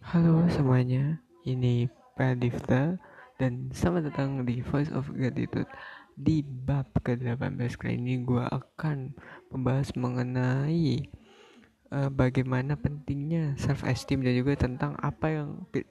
Halo semuanya, ini Pradifta dan selamat datang di Voice of Gratitude. Di bab ke-18 kali ini gue akan membahas mengenai bagaimana pentingnya self esteem dan juga tentang apa yang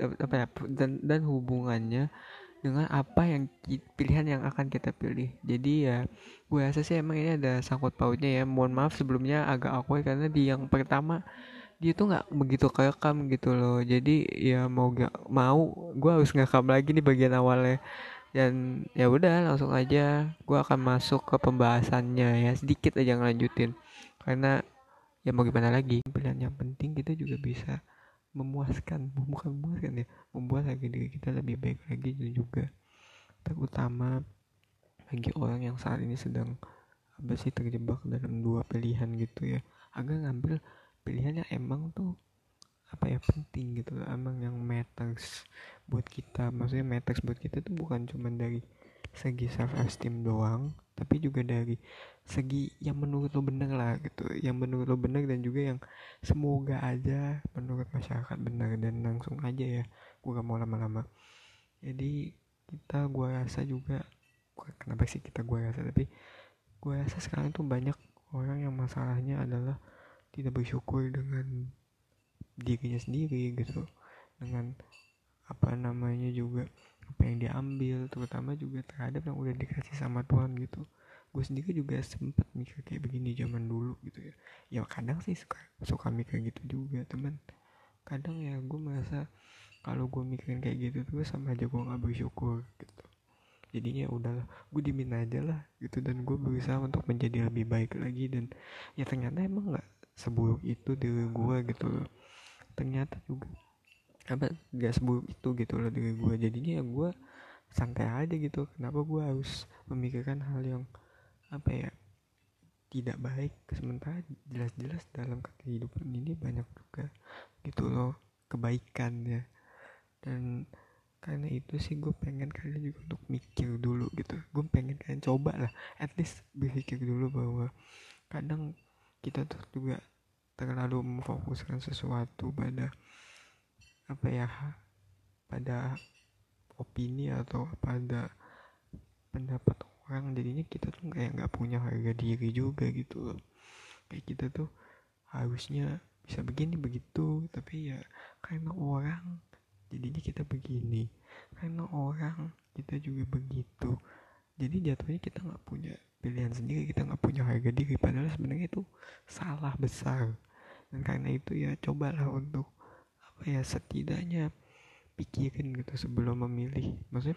dan hubungannya dengan apa yang pilihan yang akan kita pilih. Jadi ya gue rasa sih emang ini ada sangkut pautnya ya. Mohon maaf sebelumnya agak awkward karena di yang pertama dia tuh nggak begitu kerekam gitu loh, jadi ya mau gak mau gue harus ngerekam lagi nih bagian awalnya. Dan ya udah langsung aja gue akan masuk ke pembahasannya ya, sedikit aja ngelanjutin karena ya mau gimana lagi, pilihan yang penting kita juga bisa memuaskan, bukan memuaskan ya, membuat lagi diri kita lebih baik lagi. Dan juga terutama bagi orang yang saat ini sedang apa sih terjebak dalam dua pilihan gitu ya, agar ngambil pilihan yang emang tuh apa ya penting gitu loh, emang yang matters buat kita. Maksudnya matters buat kita tuh bukan cuma dari segi self esteem doang, tapi juga dari segi yang menurut lo bener lah gitu, yang menurut lo bener dan juga yang semoga aja menurut masyarakat benar. Dan langsung aja ya, gue gak mau lama-lama. Jadi kita, gue rasa juga, kenapa sih kita, gue rasa, tapi gue rasa sekarang tuh banyak orang yang masalahnya adalah tidak bersyukur dengan dirinya sendiri gitu, dengan apa namanya juga apa yang diambil, terutama juga terhadap yang udah dikasih sama Tuhan gitu. Gue sendiri juga sempet mikir kayak begini zaman dulu gitu ya. Ya kadang sih suka mikir gitu juga teman. Kadang ya gue merasa kalau gue mikirin kayak gitu tuh sama aja gue nggak bersyukur gitu. Jadinya udahlah, gue dimin aja lah gitu, dan gue berusaha untuk menjadi lebih baik lagi. Dan ya ternyata emang nggak seburuk itu diri gue gitu loh. Ternyata juga apa gak seburuk itu gitu loh diri gue. Jadinya ya gue santai aja gitu, kenapa gue harus memikirkan hal yang apa ya tidak baik, sementara jelas-jelas dalam kehidupan ini banyak juga gitu loh kebaikan ya. Dan karena itu sih gue pengen kalian juga untuk mikir dulu gitu, gue pengen kalian coba lah at least berpikir dulu bahwa kadang kita tuh juga terlalu memfokuskan sesuatu pada apa ya, pada opini atau pada pendapat orang. Jadinya kita tuh kayak nggak punya harga diri juga gitu loh. Kayak kita tuh harusnya bisa begini begitu, tapi ya karena orang jadinya kita begini, karena orang kita juga begitu. Jadi jatuhnya kita nggak punya pilihan sendiri, kita nggak punya harga diri, padahal sebenarnya itu salah besar. Dan karena itu ya cobalah untuk apa ya, setidaknya pikirin gitu sebelum memilih. Maksudnya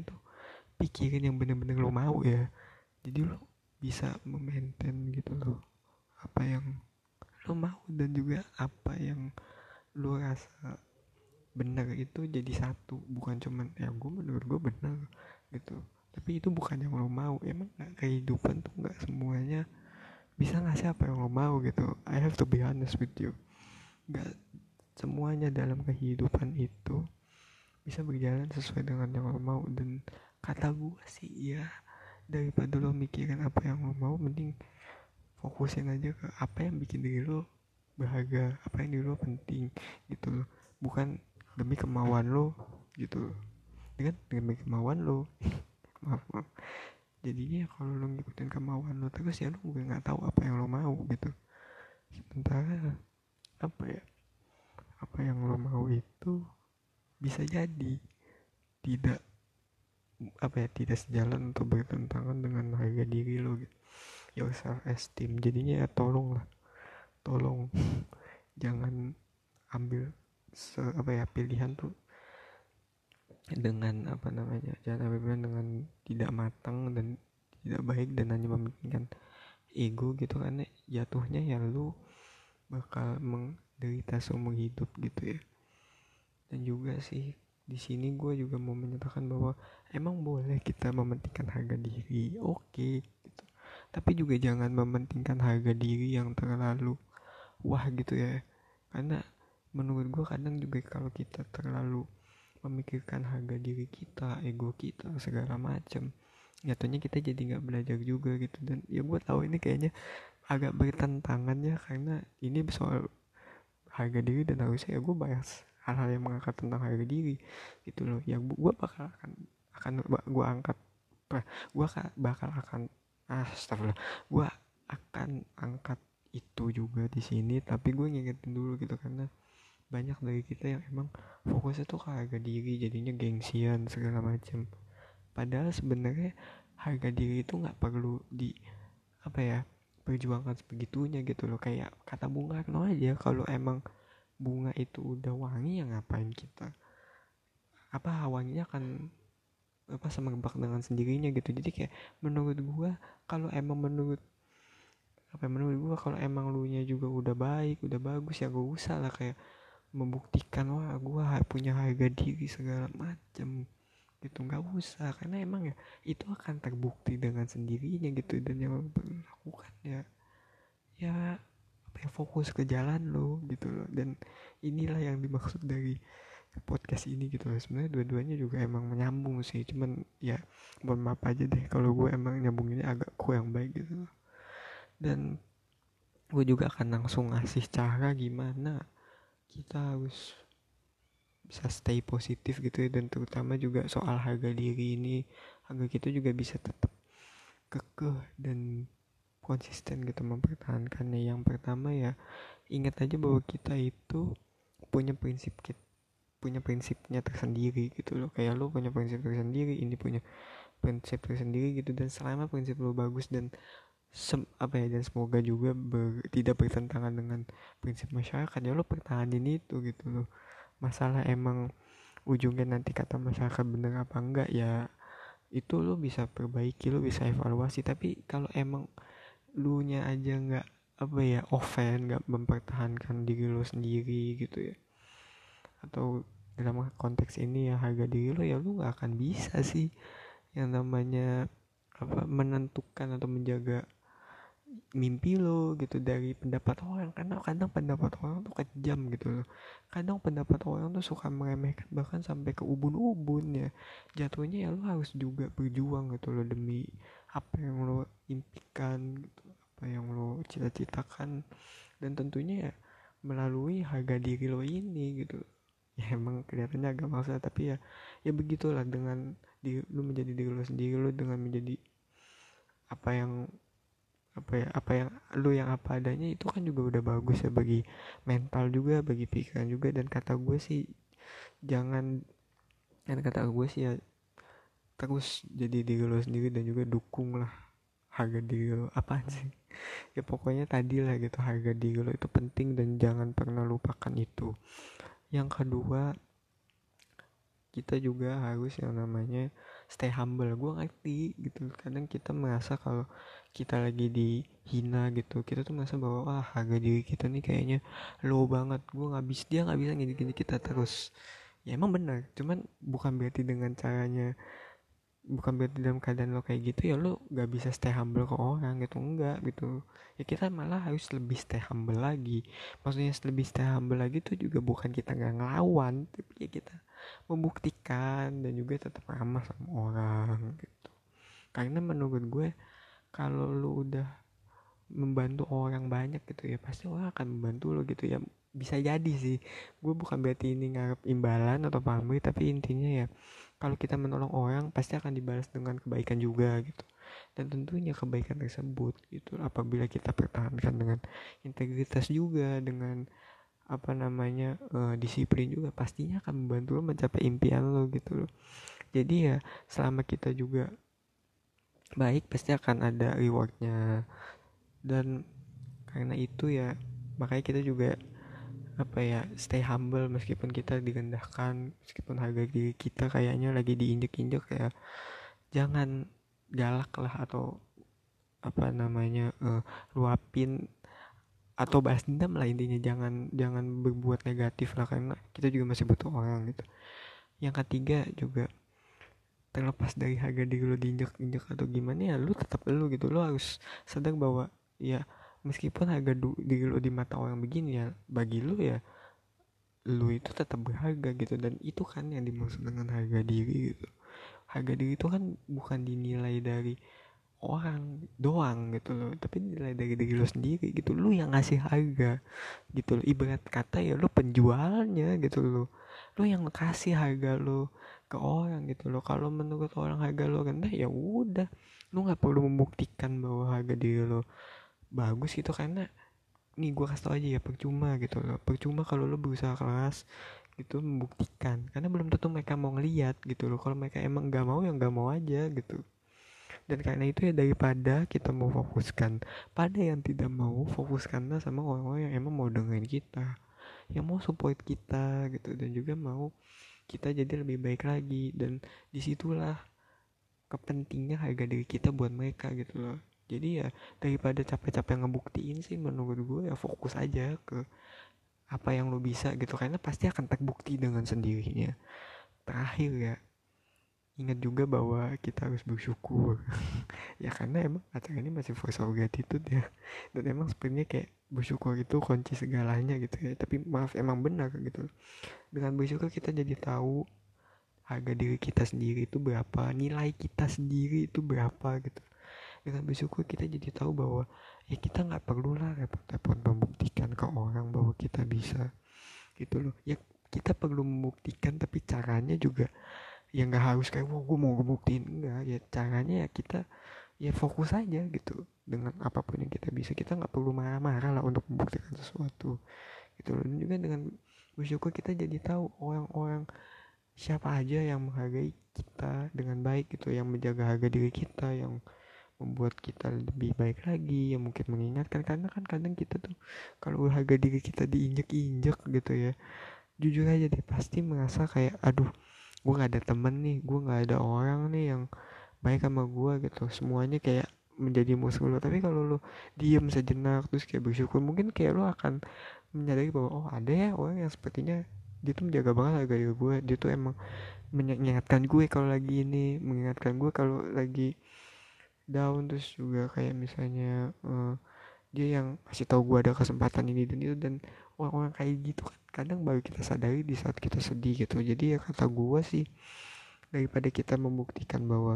pikirin yang bener-bener lo mau ya, jadi lo bisa memaintain gitu loh apa yang lo mau, dan juga apa yang lo rasa benar itu jadi satu. Bukan cuman ya gue menurut gue benar gitu, tapi itu bukan yang lo mau. Emang gak, kehidupan tuh gak semuanya bisa ngasih apa yang lo mau gitu. I have to be honest with you, gak semuanya dalam kehidupan itu bisa berjalan sesuai dengan yang lo mau. Dan kata gue sih ya, daripada lo mikirin apa yang lo mau, mending fokusin aja ke apa yang bikin diri lo bahagia, apa yang diri lo penting gitu loh. Bukan demi kemauan lo gitu loh, dengan demi kemauan lo maaf. Jadinya kalau lo ngikutin kemauan lo terus ya lo juga nggak tahu apa yang lo mau gitu. Sementara apa ya, apa yang lo mau itu bisa jadi tidak apa ya, tidak sejalan atau bertentangan dengan harga diri lo gitu, your self esteem. Jadinya ya tolong jangan ambil apa ya, pilihan tuh dengan apa namanya, jangan ambil pilihan dengan tidak matang dan tidak baik dan hanya mementingkan ego gitu. Karena jatuhnya ya lu bakal menderita seumur hidup gitu ya. Dan juga sih di sini gue juga mau menyatakan bahwa emang boleh kita mementingkan harga diri, oke gitu. Tapi juga jangan mementingkan harga diri yang terlalu wah gitu ya. Karena menurut gue kadang juga kalau kita terlalu memikirkan harga diri kita, ego kita, segala macam, nyatanya kita jadi nggak belajar juga gitu. Dan ya gue tahu ini kayaknya agak bertentangan ya, karena ini soal harga diri dan harusnya ya gue bahas hal-hal yang mengangkat tentang harga diri gitu loh. Ya gue gue angkat gue bakal akan astagfirullah, gue akan angkat itu juga di sini, tapi gue ngingetin dulu gitu, karena banyak dari kita yang emang fokusnya tuh ke harga diri, jadinya gengsian segala macam. Padahal sebenarnya harga diri itu nggak perlu di perjuangkan sebegitunya gitu loh. Kayak kata Bung Karno aja, kalau emang bunga itu udah wangi ya ngapain kita wanginya akan semerbak dengan sendirinya gitu. Jadi kayak menurut gua kalau emang kalau emang lu nya juga udah baik udah bagus, ya gak usah lah kayak membuktikan wah gua punya harga diri segala macem gitu, nggak usah, karena emang ya itu akan terbukti dengan sendirinya gitu. Dan yang lo perlu lakukan fokus ke jalan lo gitu loh. Dan inilah yang dimaksud dari podcast ini gitu loh. Sebenarnya dua-duanya juga emang menyambung sih, cuman ya mohon maaf aja deh kalau gue emang nyambunginnya agak kurang baik gitu loh. Dan gue juga akan langsung ngasih cara gimana kita harus bisa stay positif gitu ya, dan terutama juga soal harga diri ini agar kita juga bisa tetap kekeh dan konsisten gitu mempertahankannya. Yang pertama ya ingat aja bahwa kita itu punya punya prinsipnya tersendiri gitu loh. Kayak lo punya prinsip tersendiri, ini punya prinsip tersendiri gitu. Dan selama prinsip lo bagus dan dan semoga juga tidak bertentangan dengan prinsip masyarakat, ya lo pertahanin itu gitu loh. Masalah emang ujungnya nanti kata masyarakat bener apa enggak, ya itu lo bisa perbaiki, lo bisa evaluasi. Tapi kalau emang lu nya aja nggak offend, nggak mempertahankan diri lo sendiri gitu ya, atau dalam konteks ini ya harga diri lo, ya lu nggak akan bisa sih yang namanya menentukan atau menjaga mimpi lo gitu dari pendapat orang. Karena kadang pendapat orang tuh kejam gitu loh. Kadang pendapat orang tuh suka meremehkan bahkan sampai ke ubun-ubun ya. Jatuhnya ya lo harus juga berjuang gitu loh demi apa yang lo impikan gitu, apa yang lo cita-citakan. Dan tentunya ya melalui harga diri lo ini gitu. Ya emang kelihatannya agak maksa, tapi ya begitulah, dengan lu menjadi diri lo sendiri, lo dengan menjadi apa yang lu yang apa adanya, itu kan juga udah bagus ya bagi mental juga, bagi pikiran juga. Dan kata gue sih ya terus jadi diri lo sendiri, dan juga dukung lah harga diri lo. Apaan sih ya pokoknya tadi lah gitu, harga diri lo itu penting dan jangan pernah lupakan itu. Yang kedua, kita juga harus yang namanya stay humble. Gue ngerti gitu, kadang kita merasa kalau kita lagi dihina gitu, kita tuh merasa bahwa wah harga diri kita nih kayaknya low banget, dia nggak bisa gini-gini kita terus. Ya emang benar, cuman bukan berarti dalam keadaan lo kayak gitu ya lo gak bisa stay humble ke orang gitu, enggak gitu. Ya kita malah harus lebih stay humble lagi. Maksudnya lebih stay humble lagi tuh juga bukan kita gak ngelawan, tapi ya kita membuktikan dan juga tetap ramah sama orang gitu. Karena menurut gue kalau lo udah membantu orang banyak gitu ya, pasti orang akan membantu lo gitu ya. Bisa jadi sih, gue bukan berarti ini ngarep imbalan atau pamrih, tapi intinya ya kalau kita menolong orang pasti akan dibalas dengan kebaikan juga gitu. Dan tentunya kebaikan tersebut gitu apabila kita pertahankan dengan integritas juga, dengan disiplin juga, pastinya akan membantu lo mencapai impian lo gitu loh. Jadi ya selama kita juga baik, pasti akan ada rewardnya. Dan karena itu ya makanya kita juga stay humble meskipun kita direndahkan, meskipun harga diri kita kayaknya lagi diinjek-injek. Ya jangan galak lah atau luapin atau balas dendam lah, intinya jangan berbuat negatif lah, karena kita juga masih butuh orang gitu. Yang ketiga juga, terlepas dari harga diri lo diinjek-injek atau gimana, ya lu tetap lu gitu. Lo harus sadar bahwa ya meskipun harga diri lo di mata orang begini, ya bagi lo ya lu itu tetap berharga gitu. Dan itu kan yang dimaksud dengan harga diri gitu. Harga diri itu kan bukan dinilai dari orang doang gitu loh, tapi nilai dari diri lo sendiri gitu. Lu yang ngasih harga gitu loh, ibarat kata ya lu penjualnya gitu loh, lu yang kasih harga lo ke orang gitu loh. Kalau menurut orang harga lo rendah, ya udah, lu nggak perlu membuktikan bahwa harga diri lo bagus gitu, karena nih gue kasih tau aja ya, percuma gitu loh, percuma kalau lo berusaha keras gitu membuktikan, karena belum tentu mereka mau ngeliat gitu loh. Kalau mereka emang nggak mau, ya nggak mau aja gitu. Dan karena itu ya, daripada kita mau fokuskan pada yang tidak mau, fokuskanlah sama orang-orang yang emang mau dengerin kita, yang mau support kita gitu, dan juga mau kita jadi lebih baik lagi. Dan disitulah kepentingnya harga diri kita buat mereka gitu loh. Jadi ya, daripada capek-capek ngebuktiin sih, menurut gue ya fokus aja ke apa yang lo bisa gitu, karena pasti akan terbukti dengan sendirinya. Terakhir ya, ingat juga bahwa kita harus bersyukur. Ya karena emang acara ini masih voice of gratitude ya, dan emang sebenarnya kayak bersyukur itu kunci segalanya gitu ya. Tapi maaf, emang benar gitu, dengan bersyukur kita jadi tahu harga diri kita sendiri itu berapa, nilai kita sendiri itu berapa gitu. Dengan bersyukur kita jadi tahu bahwa ya kita nggak perlulah repot-repot membuktikan ke orang bahwa kita bisa gitu loh. Ya kita perlu membuktikan, tapi caranya juga ya nggak harus kayak wah gue mau ngebuktiin, enggak. Ya caranya ya kita ya fokus aja gitu dengan apapun yang kita bisa. Kita nggak perlu marah-marah lah untuk membuktikan sesuatu gitu loh. Dan juga dengan bersyukur kita jadi tahu orang-orang siapa aja yang menghargai kita dengan baik gitu, yang menjaga harga diri kita, yang membuat kita lebih baik lagi, yang mungkin mengingatkan. Karena kan kadang kita tuh kalau harga diri kita diinjek-injek gitu ya, jujur aja deh, pasti merasa kayak aduh, gue gak ada temen nih, gue gak ada orang nih yang baik sama gue gitu, semuanya kayak menjadi musuh lo. Tapi kalau lo diem sejenak terus kayak bersyukur, mungkin kayak lo akan menyadari bahwa oh ada ya orang yang sepertinya dia tuh menjaga banget harga diri gue, dia tuh emang mengingatkan gue kalau lagi ini, mengingatkan gue kalau lagi down. Terus juga kayak misalnya dia yang kasih tahu gue ada kesempatan ini dan itu. Dan orang-orang kayak gitu kan kadang baru kita sadari di saat kita sedih gitu. Jadi ya kata gue sih, daripada kita membuktikan bahwa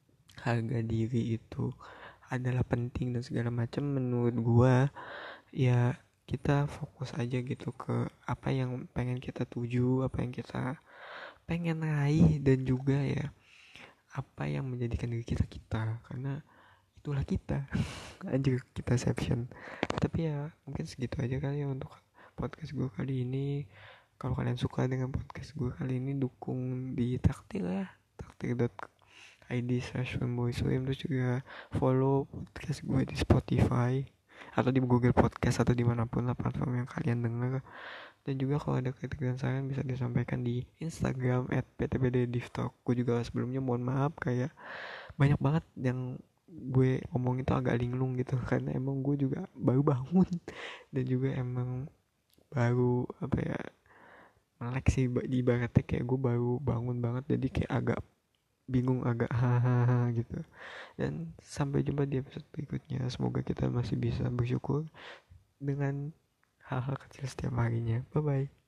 harga diri itu adalah penting dan segala macam, menurut gue ya kita fokus aja gitu ke apa yang pengen kita tuju, apa yang kita pengen raih, dan juga ya apa yang menjadikan diri kita kita, karena itulah kita. Anjir, kita exception. Tapi ya mungkin segitu aja kali ya untuk podcast gue kali ini. Kalau kalian suka dengan podcast gue kali ini, dukung di Taktik ya, taktik.id/fanboyswim. Terus juga follow podcast gue di Spotify atau di Google Podcast atau dimanapun lah platform yang kalian dengar. Dan juga kalau ada kritik dan saran bisa disampaikan di Instagram @ptbddivtalk. Gue juga sebelumnya mohon maaf kayak banyak banget yang gue ngomong itu agak linglung gitu, karena emang gue juga baru bangun dan juga emang baru apa ya, melek sih di ibaratnya, kayak gue baru bangun banget, jadi kayak agak bingung, agak hahaha gitu. Dan sampai jumpa di episode berikutnya. Semoga kita masih bisa bersyukur dengan hal-hal kecil setiap harinya. Bye bye.